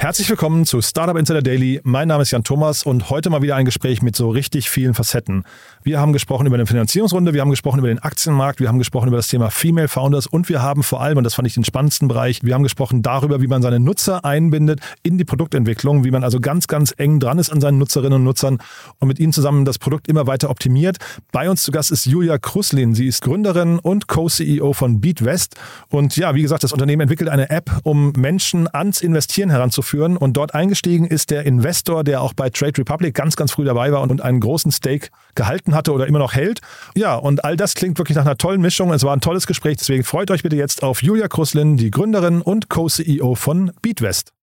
Herzlich willkommen zu Startup Insider Daily. Mein Name ist Jan Thomas und heute mal wieder ein Gespräch mit so richtig vielen Facetten. Wir haben gesprochen über eine Finanzierungsrunde, wir haben gesprochen über den Aktienmarkt, wir haben gesprochen über das Thema Female Founders und wir haben vor allem, und das fand ich den spannendsten Bereich, wir haben gesprochen darüber, wie man seine Nutzer einbindet in die Produktentwicklung, wie man also ganz, ganz eng dran ist an seinen Nutzerinnen und Nutzern und mit ihnen zusammen das Produkt immer weiter optimiert. Bei uns zu Gast ist Julia Kruslin. Sie ist Gründerin und Co-CEO von BeatWest. Und ja, wie gesagt, das Unternehmen entwickelt eine App, um Menschen ans Investieren heranzuführen. Und dort eingestiegen ist der Investor, der auch bei Trade Republic ganz, ganz früh dabei war und einen großen Stake gehalten hatte oder immer noch hält. Ja, und all das klingt wirklich nach einer tollen Mischung. Es war ein tolles Gespräch. Deswegen freut euch bitte jetzt auf Julia Kruslin, die Gründerin und Co-CEO von BeatWest.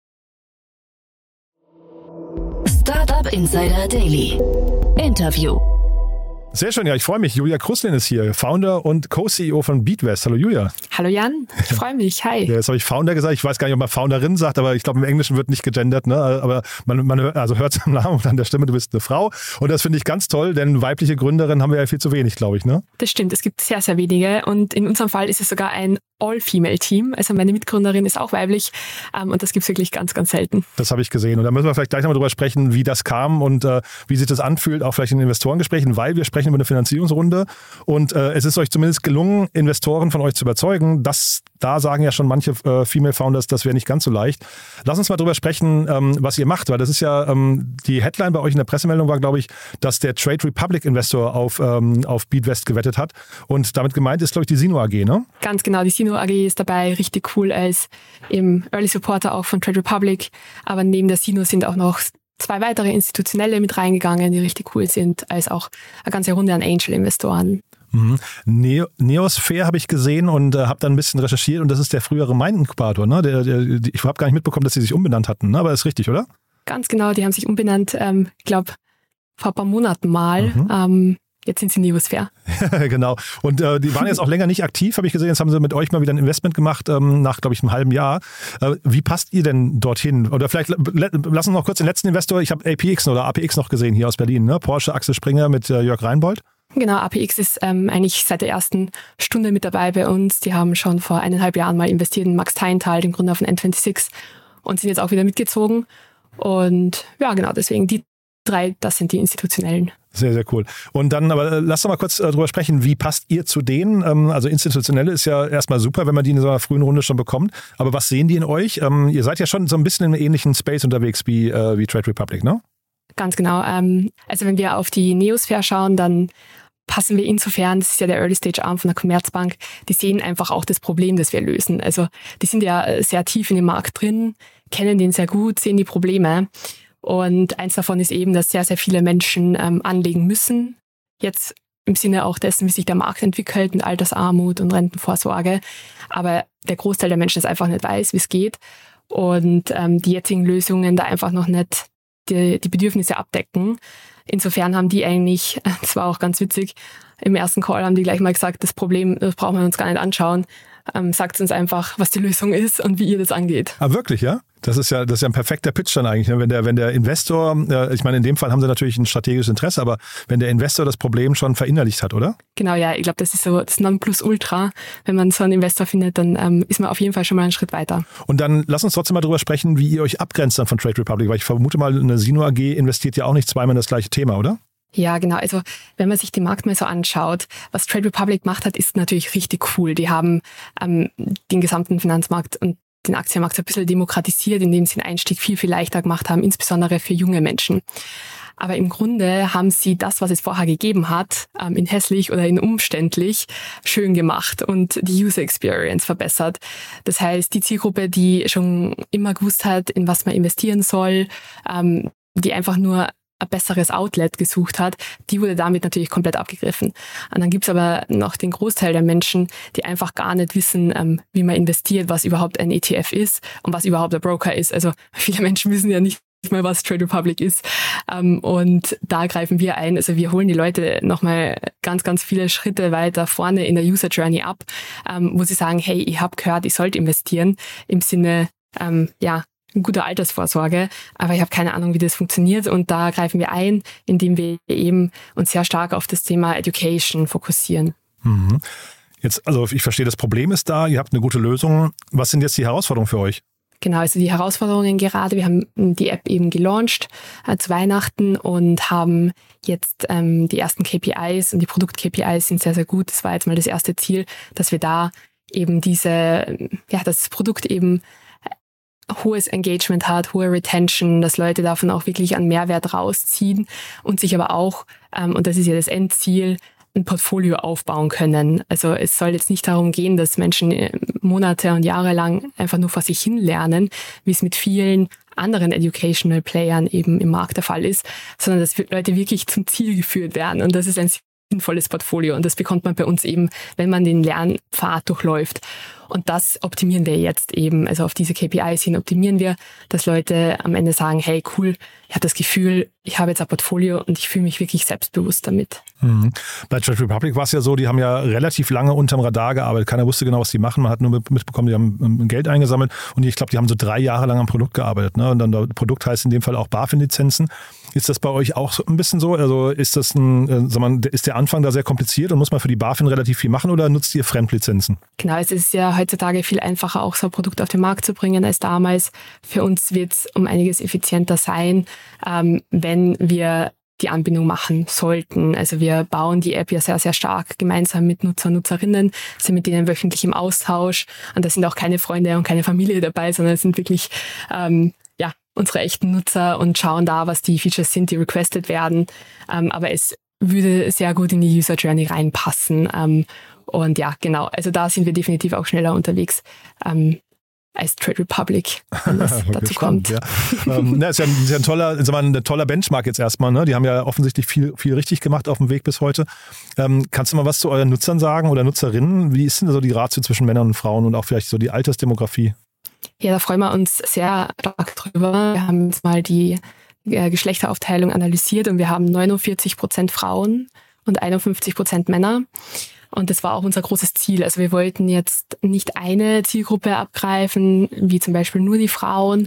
Startup Insider Daily. Interview. Sehr schön, ja, ich freue mich. Julia Kruslin ist hier, Founder und Co-CEO von BeatWest. Hallo Julia. Hallo Jan, ich freue mich. Hi. Ja, jetzt habe ich Founder gesagt. Ich weiß gar nicht, ob man Founderin sagt, aber ich glaube, im Englischen wird nicht gegendert. Ne? Aber man hört es am Namen und an der Stimme, du bist eine Frau. Und das finde ich ganz toll, denn weibliche Gründerinnen haben wir ja viel zu wenig, glaube ich. Ne? Das stimmt, es gibt sehr, sehr wenige. Und in unserem Fall ist es sogar ein All-Female-Team. Also meine Mitgründerin ist auch weiblich und das gibt es wirklich ganz, ganz selten. Das habe ich gesehen. Und da müssen wir vielleicht gleich nochmal drüber sprechen, wie das kam und wie sich das anfühlt, auch vielleicht in Investorengesprächen, weil wir sprechen über eine Finanzierungsrunde und es ist euch zumindest gelungen, Investoren von euch zu überzeugen. Da sagen ja schon manche Female Founders, das wäre nicht ganz so leicht. Lass uns mal drüber sprechen, was ihr macht, weil das ist ja, die Headline bei euch in der Pressemeldung war, glaube ich, dass der Trade Republic Investor auf BeatWest gewettet hat. Und damit gemeint ist, glaube ich, die Sino AG, ne? Ganz genau, die Sino AG ist dabei, richtig cool als im Early Supporter auch von Trade Republic. Aber neben der Sino sind auch noch 2 weitere Institutionelle mit reingegangen, die richtig cool sind, als auch eine ganze Runde an Angel-Investoren. Neosphere habe ich gesehen und habe dann ein bisschen recherchiert und das ist der frühere Mind-Inkubator. Ne? Ich habe gar nicht mitbekommen, dass sie sich umbenannt hatten, ne? Aber ist richtig, oder? Ganz genau, die haben sich umbenannt, ich glaube, vor ein paar Monaten mal. Jetzt sind sie Neosphere. Genau. Und die waren jetzt auch länger nicht aktiv, habe ich gesehen. Jetzt haben sie mit euch mal wieder ein Investment gemacht, nach, glaube ich, einem halben Jahr. Wie passt ihr denn dorthin? Oder vielleicht lass uns noch kurz den letzten Investor, ich habe APX noch gesehen hier aus Berlin, ne? Porsche Axel Springer mit Jörg Reinbold. Genau, APX ist eigentlich seit der ersten Stunde mit dabei bei uns. Die haben schon vor 1,5 Jahren mal investiert in Max Teintal, den Gründer von N26 und sind jetzt auch wieder mitgezogen. Und ja, genau, deswegen die 3, das sind die institutionellen. Sehr, sehr cool. Und dann, aber lass doch mal kurz drüber sprechen, wie passt ihr zu denen? Also institutionelle ist ja erstmal super, wenn man die in so einer frühen Runde schon bekommt. Aber was sehen die in euch? Ihr seid ja schon so ein bisschen im ähnlichen Space unterwegs wie Trade Republic, ne? Ganz genau. Also wenn wir auf die Neosphere schauen, dann passen wir insofern, das ist ja der Early-Stage-Arm von der Commerzbank, die sehen einfach auch das Problem, das wir lösen. Also die sind ja sehr tief in dem Markt drin, kennen den sehr gut, sehen die Probleme. Und eins davon ist eben, dass sehr, sehr viele Menschen anlegen müssen. Jetzt im Sinne auch dessen, wie sich der Markt entwickelt mit Altersarmut und Rentenvorsorge. Aber der Großteil der Menschen ist einfach nicht weiß, wie es geht. Und die jetzigen Lösungen da einfach noch nicht die Bedürfnisse abdecken. Insofern haben die eigentlich, das war auch ganz witzig, im ersten Call haben die gleich mal gesagt, das Problem, das brauchen wir uns gar nicht anschauen. Sagt uns einfach, was die Lösung ist und wie ihr das angeht. Ah, wirklich, ja? Das ist ja ein perfekter Pitch dann eigentlich. Ne? Wenn der Investor, ich meine, in dem Fall haben sie natürlich ein strategisches Interesse, aber wenn der Investor das Problem schon verinnerlicht hat, oder? Genau, ja. Ich glaube, das ist so das Nonplusultra. Wenn man so einen Investor findet, dann ist man auf jeden Fall schon mal einen Schritt weiter. Und dann lass uns trotzdem mal drüber sprechen, wie ihr euch abgrenzt dann von Trade Republic, weil ich vermute mal, eine Sino AG investiert ja auch nicht zweimal in das gleiche Thema, oder? Ja, genau. Also wenn man sich den Markt mal so anschaut, was Trade Republic gemacht hat, ist natürlich richtig cool. Die haben den gesamten Finanzmarkt und den Aktienmarkt so ein bisschen demokratisiert, indem sie den Einstieg viel, viel leichter gemacht haben, insbesondere für junge Menschen. Aber im Grunde haben sie das, was es vorher gegeben hat, in hässlich oder in umständlich, schön gemacht und die User Experience verbessert. Das heißt, die Zielgruppe, die schon immer gewusst hat, in was man investieren soll, die einfach nur ein besseres Outlet gesucht hat, die wurde damit natürlich komplett abgegriffen. Und dann gibt's aber noch den Großteil der Menschen, die einfach gar nicht wissen, wie man investiert, was überhaupt ein ETF ist und was überhaupt ein Broker ist. Also viele Menschen wissen ja nicht mal, was Trade Republic ist. Und da greifen wir ein. Also wir holen die Leute nochmal ganz, ganz viele Schritte weiter vorne in der User Journey ab, wo sie sagen, hey, ich habe gehört, ich sollte investieren im Sinne, gute Altersvorsorge, aber ich habe keine Ahnung, wie das funktioniert und da greifen wir ein, indem wir eben uns sehr stark auf das Thema Education fokussieren. Jetzt, also ich verstehe, das Problem ist da, ihr habt eine gute Lösung. Was sind jetzt die Herausforderungen für euch? Genau, also die Herausforderungen gerade. Wir haben die App eben gelauncht zu Weihnachten und haben jetzt die ersten KPIs und die Produkt-KPIs sind sehr, sehr gut. Das war jetzt mal das erste Ziel, dass wir da eben das Produkt eben hohes Engagement hat, hohe Retention, dass Leute davon auch wirklich einen Mehrwert rausziehen und sich aber auch, und das ist ja das Endziel, ein Portfolio aufbauen können. Also es soll jetzt nicht darum gehen, dass Menschen Monate und Jahre lang einfach nur vor sich hin lernen, wie es mit vielen anderen Educational Playern eben im Markt der Fall ist, sondern dass Leute wirklich zum Ziel geführt werden. Und das ist ein sinnvolles Portfolio. Und das bekommt man bei uns eben, wenn man den Lernpfad durchläuft. Und das optimieren wir jetzt eben, also auf diese KPIs hin optimieren wir, dass Leute am Ende sagen, hey cool, ich habe das Gefühl, ich habe jetzt ein Portfolio und ich fühle mich wirklich selbstbewusst damit. Mhm. Bei Trade Republic war es ja so, die haben ja relativ lange unterm Radar gearbeitet. Keiner wusste genau, was die machen. Man hat nur mitbekommen, die haben Geld eingesammelt und ich glaube, die haben so 3 Jahre lang am Produkt gearbeitet. Ne? Und dann das Produkt heißt in dem Fall auch BaFin-Lizenzen. Ist das bei euch auch so ein bisschen so? Also ist das ist der Anfang da sehr kompliziert und muss man für die BaFin relativ viel machen oder nutzt ihr Fremdlizenzen? Genau, es ist ja heutzutage viel einfacher, auch so ein Produkt auf den Markt zu bringen als damals. Für uns wird es um einiges effizienter sein, wenn wir die Anbindung machen sollten. Also wir bauen die App ja sehr, sehr stark gemeinsam mit Nutzer und Nutzerinnen, sind mit denen wöchentlich im Austausch und da sind auch keine Freunde und keine Familie dabei, sondern es sind wirklich unsere echten Nutzer und schauen da, was die Features sind, die requested werden. Aber es würde sehr gut in die User Journey reinpassen. Und ja, genau, also da sind wir definitiv auch schneller unterwegs als Trade Republic, wenn es dazu kommt. Ja. Ist ja ein toller Benchmark jetzt erstmal. Ne? Die haben ja offensichtlich viel richtig gemacht auf dem Weg bis heute. Kannst du mal was zu euren Nutzern sagen oder Nutzerinnen? Wie ist denn so die Ratio zwischen Männern und Frauen und auch vielleicht so die Altersdemografie? Ja, da freuen wir uns sehr stark drüber. Wir haben jetzt mal die Geschlechteraufteilung analysiert und wir haben 49% Frauen und 51% Männer. Und das war auch unser großes Ziel. Also wir wollten jetzt nicht eine Zielgruppe abgreifen, wie zum Beispiel nur die Frauen.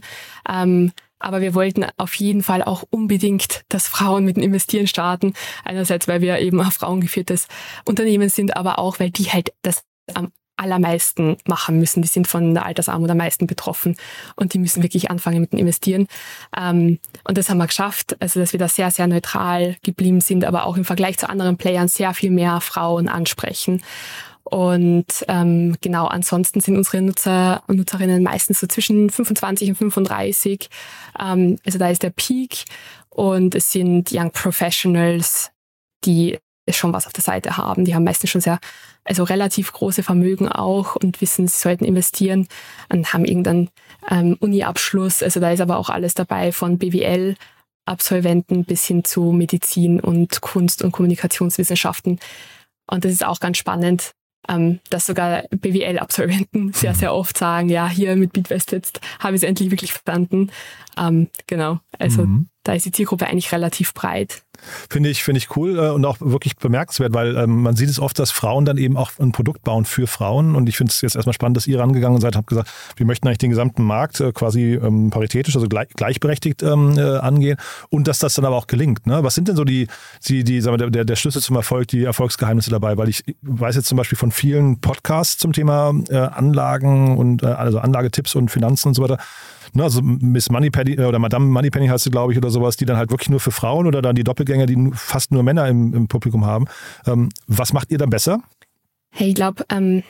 Aber wir wollten auf jeden Fall auch unbedingt, dass Frauen mit dem Investieren starten. Einerseits, weil wir eben ein frauengeführtes Unternehmen sind, aber auch, weil die halt das am allermeisten machen müssen. Die sind von der Altersarmut am meisten betroffen und die müssen wirklich anfangen mit dem Investieren. Und das haben wir geschafft, also dass wir da sehr, sehr neutral geblieben sind, aber auch im Vergleich zu anderen Playern sehr viel mehr Frauen ansprechen. Und genau, ansonsten sind unsere Nutzer und Nutzerinnen meistens so zwischen 25 und 35. Also da ist der Peak und es sind Young Professionals, die schon was auf der Seite haben. Die haben meistens schon relativ große Vermögen auch und wissen, sie sollten investieren und haben irgendeinen Uni-Abschluss. Also da ist aber auch alles dabei, von BWL-Absolventen bis hin zu Medizin und Kunst- und Kommunikationswissenschaften. Und das ist auch ganz spannend, dass sogar BWL-Absolventen sehr, sehr oft sagen, ja, hier mit Beatwest jetzt habe ich es endlich wirklich verstanden. Genau, also da ist die Zielgruppe eigentlich relativ breit. Finde ich cool und auch wirklich bemerkenswert, weil man sieht es oft, dass Frauen dann eben auch ein Produkt bauen für Frauen und ich finde es jetzt erstmal spannend, dass ihr rangegangen seid und habt gesagt, wir möchten eigentlich den gesamten Markt quasi paritätisch, also gleichberechtigt angehen und dass das dann aber auch gelingt. Ne? Was sind denn so sagen wir, der Schlüssel zum Erfolg, die Erfolgsgeheimnisse dabei? Weil ich weiß jetzt zum Beispiel von vielen Podcasts zum Thema Anlagen und also Anlagetipps und Finanzen und so weiter. Ne, also Miss Moneypenny oder Madame Moneypenny heißt sie, glaube ich, oder sowas, die dann halt wirklich nur für Frauen oder dann die Doppelgänger, die fast nur Männer im Publikum haben. Was macht ihr da besser? Hey, ich glaube,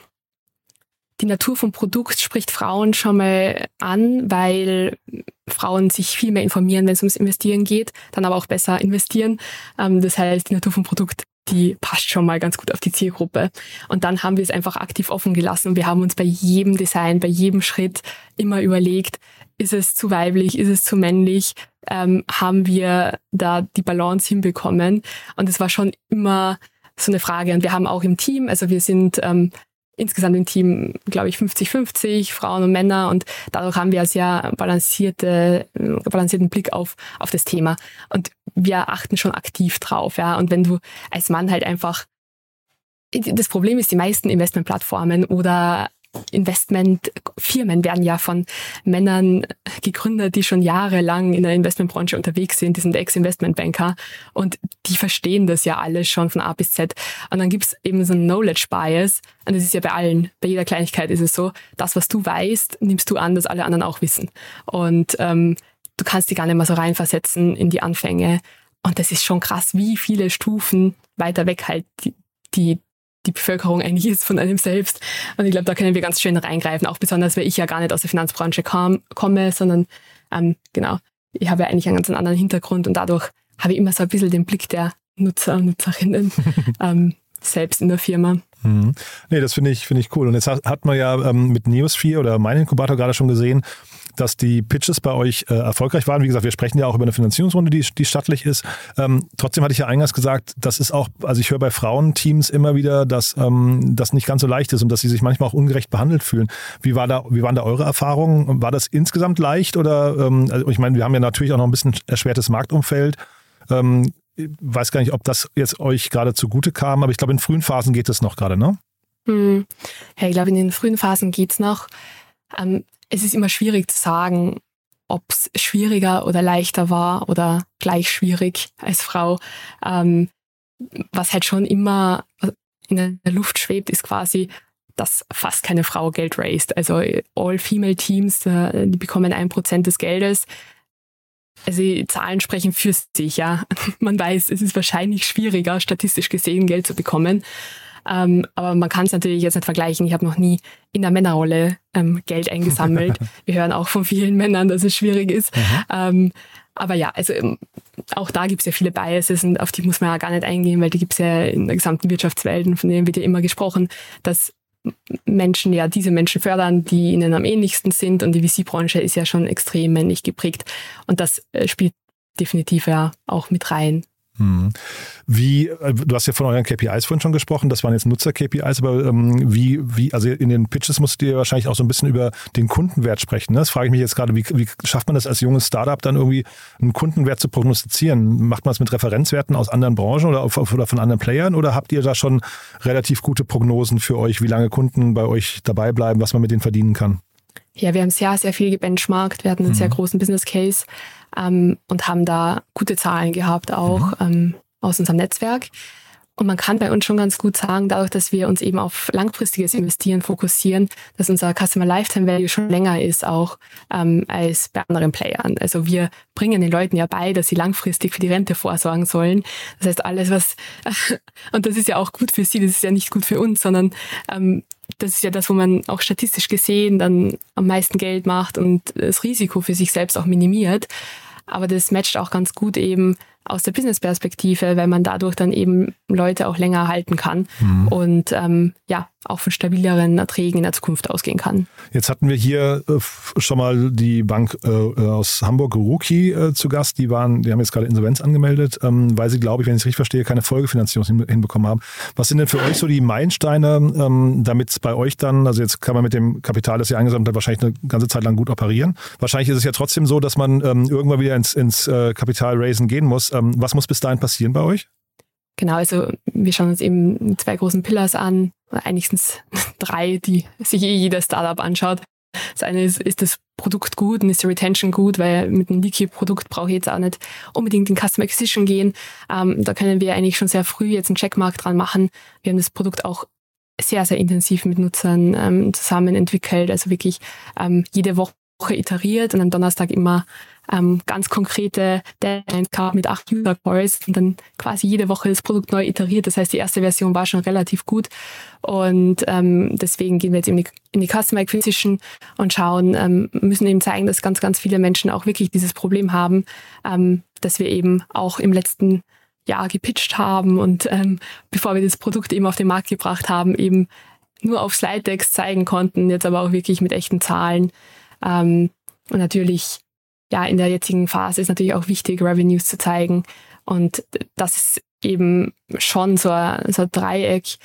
die Natur vom Produkt spricht Frauen schon mal an, weil Frauen sich viel mehr informieren, wenn es ums Investieren geht, dann aber auch besser investieren. Das heißt, die Natur vom Produkt, die passt schon mal ganz gut auf die Zielgruppe. Und dann haben wir es einfach aktiv offen gelassen und wir haben uns bei jedem Design, bei jedem Schritt immer überlegt, ist es zu weiblich, ist es zu männlich, haben wir da die Balance hinbekommen. Und es war schon immer so eine Frage. Und wir haben auch im Team, also wir sind insgesamt im Team, glaube ich, 50-50, Frauen und Männer. Und dadurch haben wir einen sehr balancierten Blick auf das Thema. Und wir achten schon aktiv drauf. Ja. Und wenn du als Mann halt einfach, das Problem ist, die meisten Investmentplattformen oder Investmentfirmen werden ja von Männern gegründet, die schon jahrelang in der Investmentbranche unterwegs sind. Die sind Ex-Investmentbanker und die verstehen das ja alles schon von A bis Z. Und dann gibt's eben so einen Knowledge Bias. Und das ist ja bei allen, bei jeder Kleinigkeit ist es so, das, was du weißt, nimmst du an, dass alle anderen auch wissen. Und du kannst dich gar nicht mehr so reinversetzen in die Anfänge. Und das ist schon krass, wie viele Stufen weiter weg halt die Bevölkerung eigentlich ist von einem selbst. Und ich glaube, da können wir ganz schön reingreifen, auch besonders, weil ich ja gar nicht aus der Finanzbranche komme, sondern genau, ich habe ja eigentlich einen ganz anderen Hintergrund und dadurch habe ich immer so ein bisschen den Blick der Nutzer und Nutzerinnen selbst in der Firma. Mhm. Nee, das finde ich cool. Und jetzt hat man ja mit Neosphere oder mein Inkubator gerade schon gesehen, dass die Pitches bei euch erfolgreich waren. Wie gesagt, wir sprechen ja auch über eine Finanzierungsrunde, die stattlich ist. Trotzdem hatte ich ja eingangs gesagt, das ist auch, also ich höre bei Frauenteams immer wieder, dass das nicht ganz so leicht ist und dass sie sich manchmal auch ungerecht behandelt fühlen. Wie waren da eure Erfahrungen? War das insgesamt leicht oder, also ich meine, wir haben ja natürlich auch noch ein bisschen erschwertes Marktumfeld. Ich weiß gar nicht, ob das jetzt euch gerade zugute kam, aber ich glaube, in frühen Phasen geht es noch gerade, ne? Ja, ich glaube, in den frühen Phasen geht's noch. Es ist immer schwierig zu sagen, ob es schwieriger oder leichter war oder gleich schwierig als Frau. Was halt schon immer in der Luft schwebt, ist quasi, dass fast keine Frau Geld raised. Also All-Female-Teams, die bekommen 1% des Geldes. Also die Zahlen sprechen für sich, ja. Man weiß, es ist wahrscheinlich schwieriger, statistisch gesehen Geld zu bekommen. Aber man kann es natürlich jetzt nicht vergleichen. Ich habe noch nie in der Männerrolle Geld eingesammelt. Wir hören auch von vielen Männern, dass es schwierig ist. Aber ja, also auch da gibt es ja viele Biases und auf die muss man ja gar nicht eingehen, weil die gibt es ja in der gesamten Wirtschaftswelt und von denen wird ja immer gesprochen, dass Menschen ja diese Menschen fördern, die ihnen am ähnlichsten sind und die VC-Branche ist ja schon extrem männlich geprägt und das spielt definitiv ja auch mit rein. Du hast ja von euren KPIs vorhin schon gesprochen, das waren jetzt Nutzer-KPIs, aber also in den Pitches musstet ihr wahrscheinlich auch so ein bisschen über den Kundenwert sprechen. Ne? Das frage ich mich jetzt gerade, wie schafft man das als junges Startup dann irgendwie einen Kundenwert zu prognostizieren? Macht man das mit Referenzwerten aus anderen Branchen oder von anderen Playern oder habt ihr da schon relativ gute Prognosen für euch, wie lange Kunden bei euch dabei bleiben, was man mit denen verdienen kann? Ja, wir haben sehr, sehr viel gebenchmarkt. Wir hatten einen sehr großen Business Case und haben da gute Zahlen gehabt, auch aus unserem Netzwerk. Und man kann bei uns schon ganz gut sagen, dadurch, dass wir uns eben auf langfristiges Investieren fokussieren, dass unser Customer Lifetime Value schon länger ist auch als bei anderen Playern. Also wir bringen den Leuten ja bei, dass sie langfristig für die Rente vorsorgen sollen. Das heißt, alles was, und das ist ja auch gut für sie, das ist ja nicht gut für uns, sondern das ist ja das, wo man auch statistisch gesehen dann am meisten Geld macht und das Risiko für sich selbst auch minimiert. Aber das matcht auch ganz gut eben aus der Business-Perspektive, weil man dadurch dann eben Leute auch länger halten kann und auch von stabileren Erträgen in der Zukunft ausgehen kann. Jetzt hatten wir hier schon mal die Bank aus Hamburg, Ruki, zu Gast. Die haben jetzt gerade Insolvenz angemeldet, weil sie, glaube ich, wenn ich es richtig verstehe, keine Folgefinanzierung hinbekommen haben. Was sind denn für euch so die Meilensteine, damit es bei euch dann, also jetzt kann man mit dem Kapital, das ihr eingesammelt habt, wahrscheinlich eine ganze Zeit lang gut operieren. Wahrscheinlich ist es ja trotzdem so, dass man irgendwann wieder ins Kapital-Raisen gehen muss. Was muss bis dahin passieren bei euch? Genau, also wir schauen uns eben 2 großen Pillars an, eigentlich sind es 3, die sich jeder Startup anschaut. Das eine ist das Produkt gut und ist die Retention gut, weil mit einem Leaky-Produkt brauche ich jetzt auch nicht unbedingt in Customer Acquisition gehen. Da können wir eigentlich schon sehr früh jetzt einen Checkmark dran machen. Wir haben das Produkt auch sehr, sehr intensiv mit Nutzern zusammen entwickelt, also wirklich jede Woche iteriert und am Donnerstag immer ganz konkrete Deadlines gehabt mit 8 User Calls und dann quasi jede Woche das Produkt neu iteriert. Das heißt, die erste Version war schon relativ gut und deswegen gehen wir jetzt in die Customer Acquisition und schauen, müssen eben zeigen, dass ganz, ganz viele Menschen auch wirklich dieses Problem haben, dass wir eben auch im letzten Jahr gepitcht haben und bevor wir das Produkt eben auf den Markt gebracht haben, eben nur auf Slide-Decks zeigen konnten, jetzt aber auch wirklich mit echten Zahlen. Und natürlich, ja, in der jetzigen Phase ist natürlich auch wichtig, Revenues zu zeigen. Und das ist eben schon so ein Dreieck,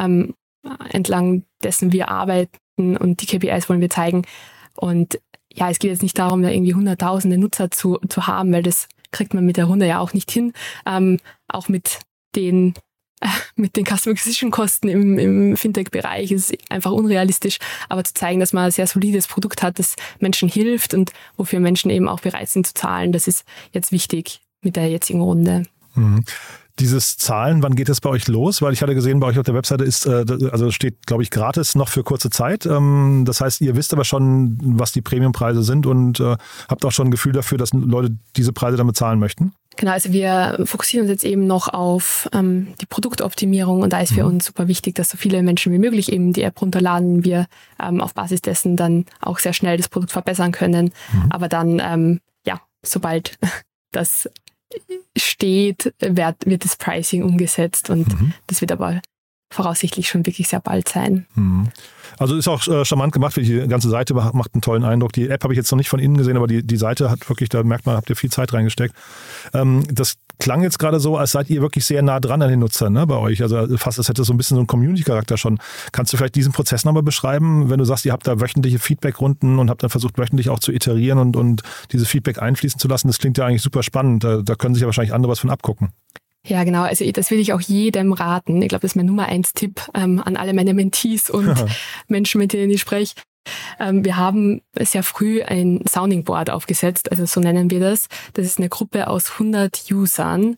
entlang dessen wir arbeiten und die KPIs wollen wir zeigen. Und ja, es geht jetzt nicht darum, da irgendwie hunderttausende Nutzer zu haben, weil das kriegt man mit der Runde ja auch nicht hin. Auch mit den mit den Customer Acquisition Kosten im Fintech-Bereich ist einfach unrealistisch, aber zu zeigen, dass man ein sehr solides Produkt hat, das Menschen hilft und wofür Menschen eben auch bereit sind zu zahlen, das ist jetzt wichtig mit der jetzigen Runde. Mhm. Dieses Zahlen, wann geht es bei euch los? Weil ich hatte gesehen, bei euch auf der Webseite steht, glaube ich, gratis noch für kurze Zeit. Das heißt, ihr wisst aber schon, was die Premiumpreise sind und habt auch schon ein Gefühl dafür, dass Leute diese Preise dann bezahlen möchten? Genau, also wir fokussieren uns jetzt eben noch auf die Produktoptimierung und da ist für uns super wichtig, dass so viele Menschen wie möglich eben die App runterladen, wir auf Basis dessen dann auch sehr schnell das Produkt verbessern können. Aber dann, sobald das steht, wird das Pricing umgesetzt und das wird aber voraussichtlich schon wirklich sehr bald sein. Also ist auch charmant gemacht, die ganze Seite macht einen tollen Eindruck. Die App habe ich jetzt noch nicht von innen gesehen, aber die Seite hat wirklich, da merkt man, habt ihr viel Zeit reingesteckt. Das klang jetzt gerade so, als seid ihr wirklich sehr nah dran an den Nutzern, ne, bei euch. Also fast, als hätte es so ein bisschen so einen Community-Charakter schon. Kannst du vielleicht diesen Prozess nochmal beschreiben, wenn du sagst, ihr habt da wöchentliche Feedback-Runden und habt dann versucht, wöchentlich auch zu iterieren und dieses Feedback einfließen zu lassen? Das klingt ja eigentlich super spannend. Da können sich ja wahrscheinlich andere was von abgucken. Ja, genau. Also das will ich auch jedem raten. Ich glaube, das ist mein Nummer 1 Tipp an alle meine Mentees und Menschen, mit denen ich spreche. Wir haben sehr früh ein Sounding Board aufgesetzt, also so nennen wir das. Das ist eine Gruppe aus 100 Usern,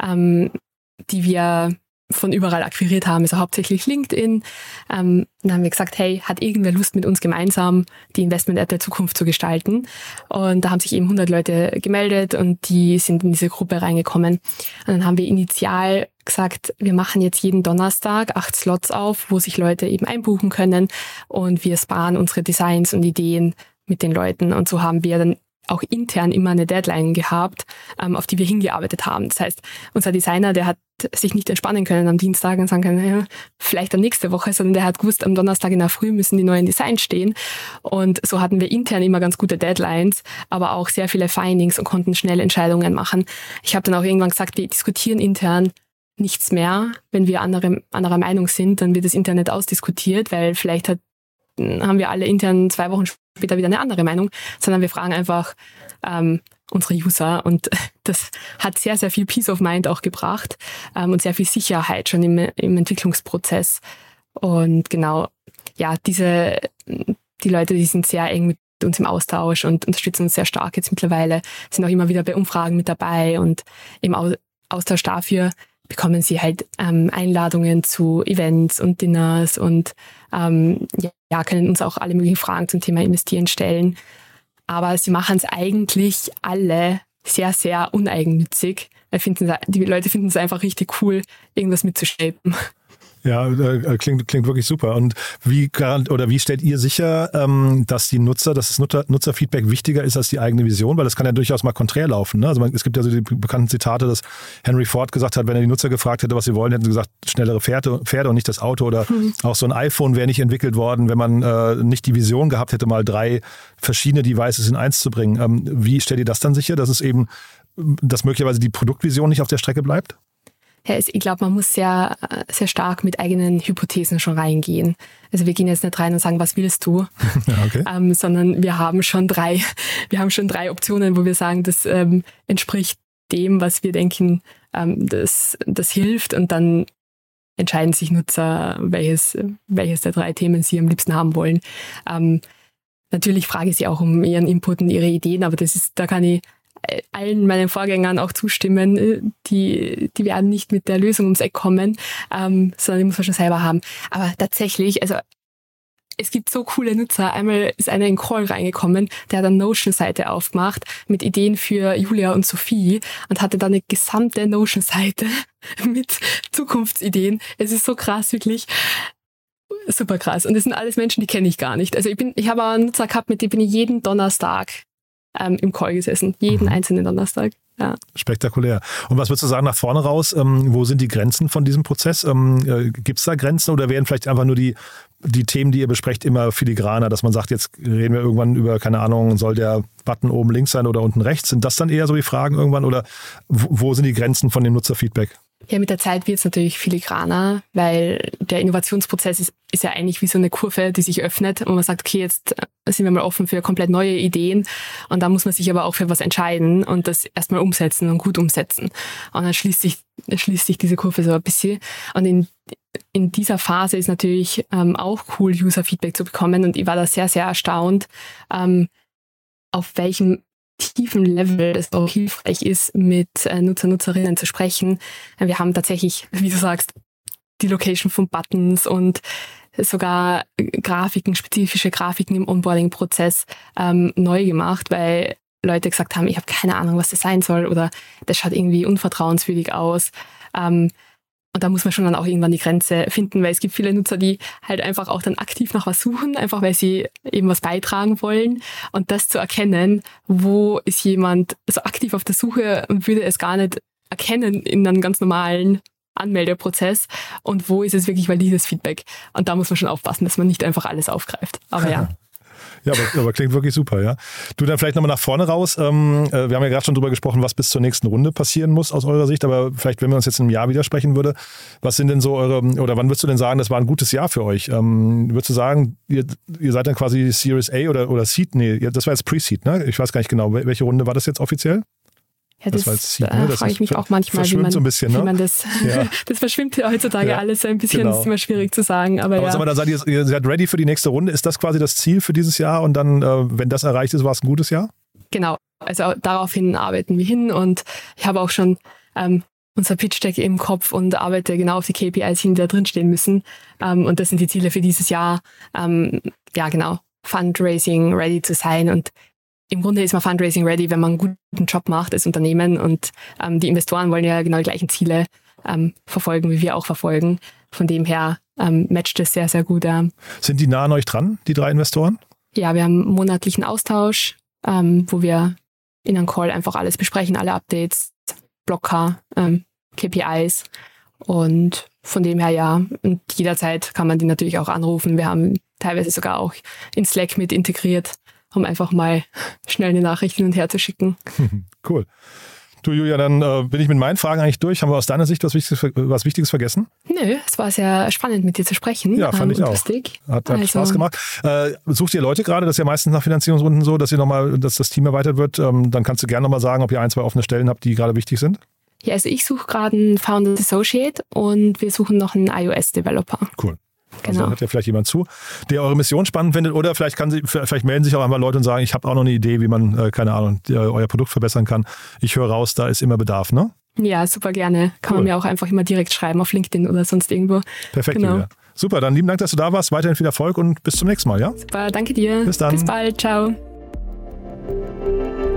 die wir von überall akquiriert haben, also hauptsächlich LinkedIn. Dann haben wir gesagt, hey, hat irgendwer Lust mit uns gemeinsam die Investment-App der Zukunft zu gestalten? Und da haben sich eben 100 Leute gemeldet und die sind in diese Gruppe reingekommen. Und dann haben wir initial gesagt, wir machen jetzt jeden Donnerstag 8 Slots auf, wo sich Leute eben einbuchen können und wir sparen unsere Designs und Ideen mit den Leuten. Und so haben wir dann auch intern immer eine Deadline gehabt, auf die wir hingearbeitet haben. Das heißt, unser Designer, der hat sich nicht entspannen können am Dienstag und sagen können, ja, vielleicht dann nächste Woche, sondern der hat gewusst, am Donnerstag in der Früh müssen die neuen Designs stehen. Und so hatten wir intern immer ganz gute Deadlines, aber auch sehr viele Findings und konnten schnell Entscheidungen machen. Ich habe dann auch irgendwann gesagt, wir diskutieren intern nichts mehr. Wenn wir anderer Meinung sind, dann wird das Internet ausdiskutiert, weil vielleicht haben wir alle intern 2 Wochen später wieder eine andere Meinung, sondern wir fragen einfach unsere User und das hat sehr, sehr viel Peace of Mind auch gebracht und sehr viel Sicherheit schon im Entwicklungsprozess. Und genau, ja, die Leute, die sind sehr eng mit uns im Austausch und unterstützen uns sehr stark jetzt mittlerweile, sind auch immer wieder bei Umfragen mit dabei und im Austausch dafür bekommen sie halt Einladungen zu Events und Dinners und können uns auch alle möglichen Fragen zum Thema Investieren stellen. Aber sie machen es eigentlich alle sehr, sehr uneigennützig. Die Leute finden es einfach richtig cool, irgendwas mitzuschreiben. Ja, klingt wirklich super. Und wie stellt ihr sicher, dass das Nutzerfeedback wichtiger ist als die eigene Vision? Weil das kann ja durchaus mal konträr laufen. Ne? Also es gibt ja so die bekannten Zitate, dass Henry Ford gesagt hat, wenn er die Nutzer gefragt hätte, was sie wollen, hätten sie gesagt, schnellere Pferde und nicht das Auto. Oder auch so ein iPhone wäre nicht entwickelt worden, wenn man nicht die Vision gehabt hätte, mal 3 verschiedene Devices in eins zu bringen. Wie stellt ihr das dann sicher, dass dass möglicherweise die Produktvision nicht auf der Strecke bleibt? Ja, ich glaube, man muss sehr, sehr stark mit eigenen Hypothesen schon reingehen. Also wir gehen jetzt nicht rein und sagen, was willst du? Ja, okay. Sondern wir haben schon 3 Optionen, wo wir sagen, das entspricht dem, was wir denken, das hilft. Und dann entscheiden sich Nutzer, welches der 3 Themen sie am liebsten haben wollen. Natürlich frage ich sie auch um ihren Input und ihre Ideen, aber da kann ich allen meinen Vorgängern auch zustimmen, die werden nicht mit der Lösung ums Eck kommen, sondern die muss man schon selber haben. Aber tatsächlich, also es gibt so coole Nutzer. Einmal ist einer in Call reingekommen, der hat eine Notion-Seite aufgemacht mit Ideen für Julia und Sophie und hatte dann eine gesamte Notion-Seite mit Zukunftsideen. Es ist so krass, wirklich. Super krass. Und das sind alles Menschen, die kenne ich gar nicht. Also ich habe einen Nutzer gehabt, mit dem bin ich jeden Donnerstag im Call gesessen. Jeden einzelnen Donnerstag. Ja. Spektakulär. Und was würdest du sagen nach vorne raus? Wo sind die Grenzen von diesem Prozess? Gibt es da Grenzen oder werden vielleicht einfach nur die Themen, die ihr besprecht, immer filigraner, dass man sagt, jetzt reden wir irgendwann über, keine Ahnung, soll der Button oben links sein oder unten rechts? Sind das dann eher so die Fragen irgendwann oder wo sind die Grenzen von dem Nutzerfeedback? Ja, mit der Zeit wird es natürlich filigraner, weil der Innovationsprozess ist ja eigentlich wie so eine Kurve, die sich öffnet und man sagt, okay, jetzt sind wir mal offen für komplett neue Ideen und dann muss man sich aber auch für was entscheiden und das erstmal umsetzen und gut umsetzen. Und dann schließt sich diese Kurve so ein bisschen. Und in dieser Phase ist natürlich auch cool, User-Feedback zu bekommen und ich war da sehr, sehr erstaunt, auf welchem tiefen Level es auch hilfreich ist, mit Nutzerinnen zu sprechen. Wir haben tatsächlich, wie du sagst, die Location von Buttons und sogar spezifische Grafiken im Onboarding-Prozess neu gemacht, weil Leute gesagt haben, ich habe keine Ahnung, was das sein soll oder das schaut irgendwie unvertrauenswürdig aus. Und da muss man schon dann auch irgendwann die Grenze finden, weil es gibt viele Nutzer, die halt einfach auch dann aktiv nach was suchen, einfach weil sie eben was beitragen wollen. Und das zu erkennen, wo ist jemand so aktiv auf der Suche und würde es gar nicht erkennen in einem ganz normalen Anmeldeprozess und wo ist es wirklich valides Feedback. Und da muss man schon aufpassen, dass man nicht einfach alles aufgreift. Aber ja. Ja, aber klingt wirklich super, ja. Du, dann vielleicht nochmal nach vorne raus. Wir haben ja gerade schon drüber gesprochen, was bis zur nächsten Runde passieren muss aus eurer Sicht, aber vielleicht, wenn wir uns jetzt in einem Jahr widersprechen würde, was sind denn so oder wann würdest du denn sagen, das war ein gutes Jahr für euch? Würdest du sagen, ihr seid dann quasi Series A oder Seed? Nee, das war jetzt Pre-Seed, ne? Ich weiß gar nicht genau, welche Runde war das jetzt offiziell? Ja, das frage ich mich auch manchmal, wie man, so ein bisschen, ne? wie man das, ja. Das verschwimmt ja heutzutage alles so ein bisschen, genau. Das ist immer schwierig zu sagen. Aber sag mal, dann seid ihr seid ready für die nächste Runde. Ist das quasi das Ziel für dieses Jahr und dann, wenn das erreicht ist, war es ein gutes Jahr? Genau, also daraufhin arbeiten wir hin und ich habe auch schon unser Pitch-Deck im Kopf und arbeite genau auf die KPIs hin, die da drinstehen müssen. Und das sind die Ziele für dieses Jahr. Ja, genau, Fundraising ready zu sein und im Grunde ist man Fundraising ready, wenn man einen guten Job macht als Unternehmen und die Investoren wollen ja genau die gleichen Ziele verfolgen, wie wir auch verfolgen. Von dem her matcht es sehr, sehr gut. Sind die nah an euch dran, die 3 Investoren? Ja, wir haben einen monatlichen Austausch, wo wir in einem Call einfach alles besprechen, alle Updates, Blocker, KPIs und von dem her ja. Und jederzeit kann man die natürlich auch anrufen. Wir haben teilweise sogar auch in Slack mit integriert, um einfach mal schnell eine Nachricht hin und her zu schicken. Cool. Du, Julia, dann bin ich mit meinen Fragen eigentlich durch. Haben wir aus deiner Sicht was Wichtiges vergessen? Nö, es war sehr spannend, mit dir zu sprechen. Ja, fand ich auch. Lustig. Hat Spaß gemacht. Sucht ihr Leute gerade? Das ist ja meistens nach Finanzierungsrunden so, dass das Team erweitert wird. Dann kannst du gerne nochmal sagen, ob ihr 1, 2 offene Stellen habt, die gerade wichtig sind. Ja, also ich suche gerade einen Founders Associate und wir suchen noch einen iOS-Developer. Cool. Also da hört ja vielleicht jemand zu, der eure Mission spannend findet oder vielleicht melden sich auch einmal Leute und sagen, ich habe auch noch eine Idee, wie man, keine Ahnung, euer Produkt verbessern kann. Ich höre raus, da ist immer Bedarf, ne? Ja, super gerne. Kann man mir auch einfach immer direkt schreiben auf LinkedIn oder sonst irgendwo. Perfekt, genau. Julia. Super, dann lieben Dank, dass du da warst. Weiterhin viel Erfolg und bis zum nächsten Mal, ja? Super, danke dir. Bis dann. Bis bald, ciao.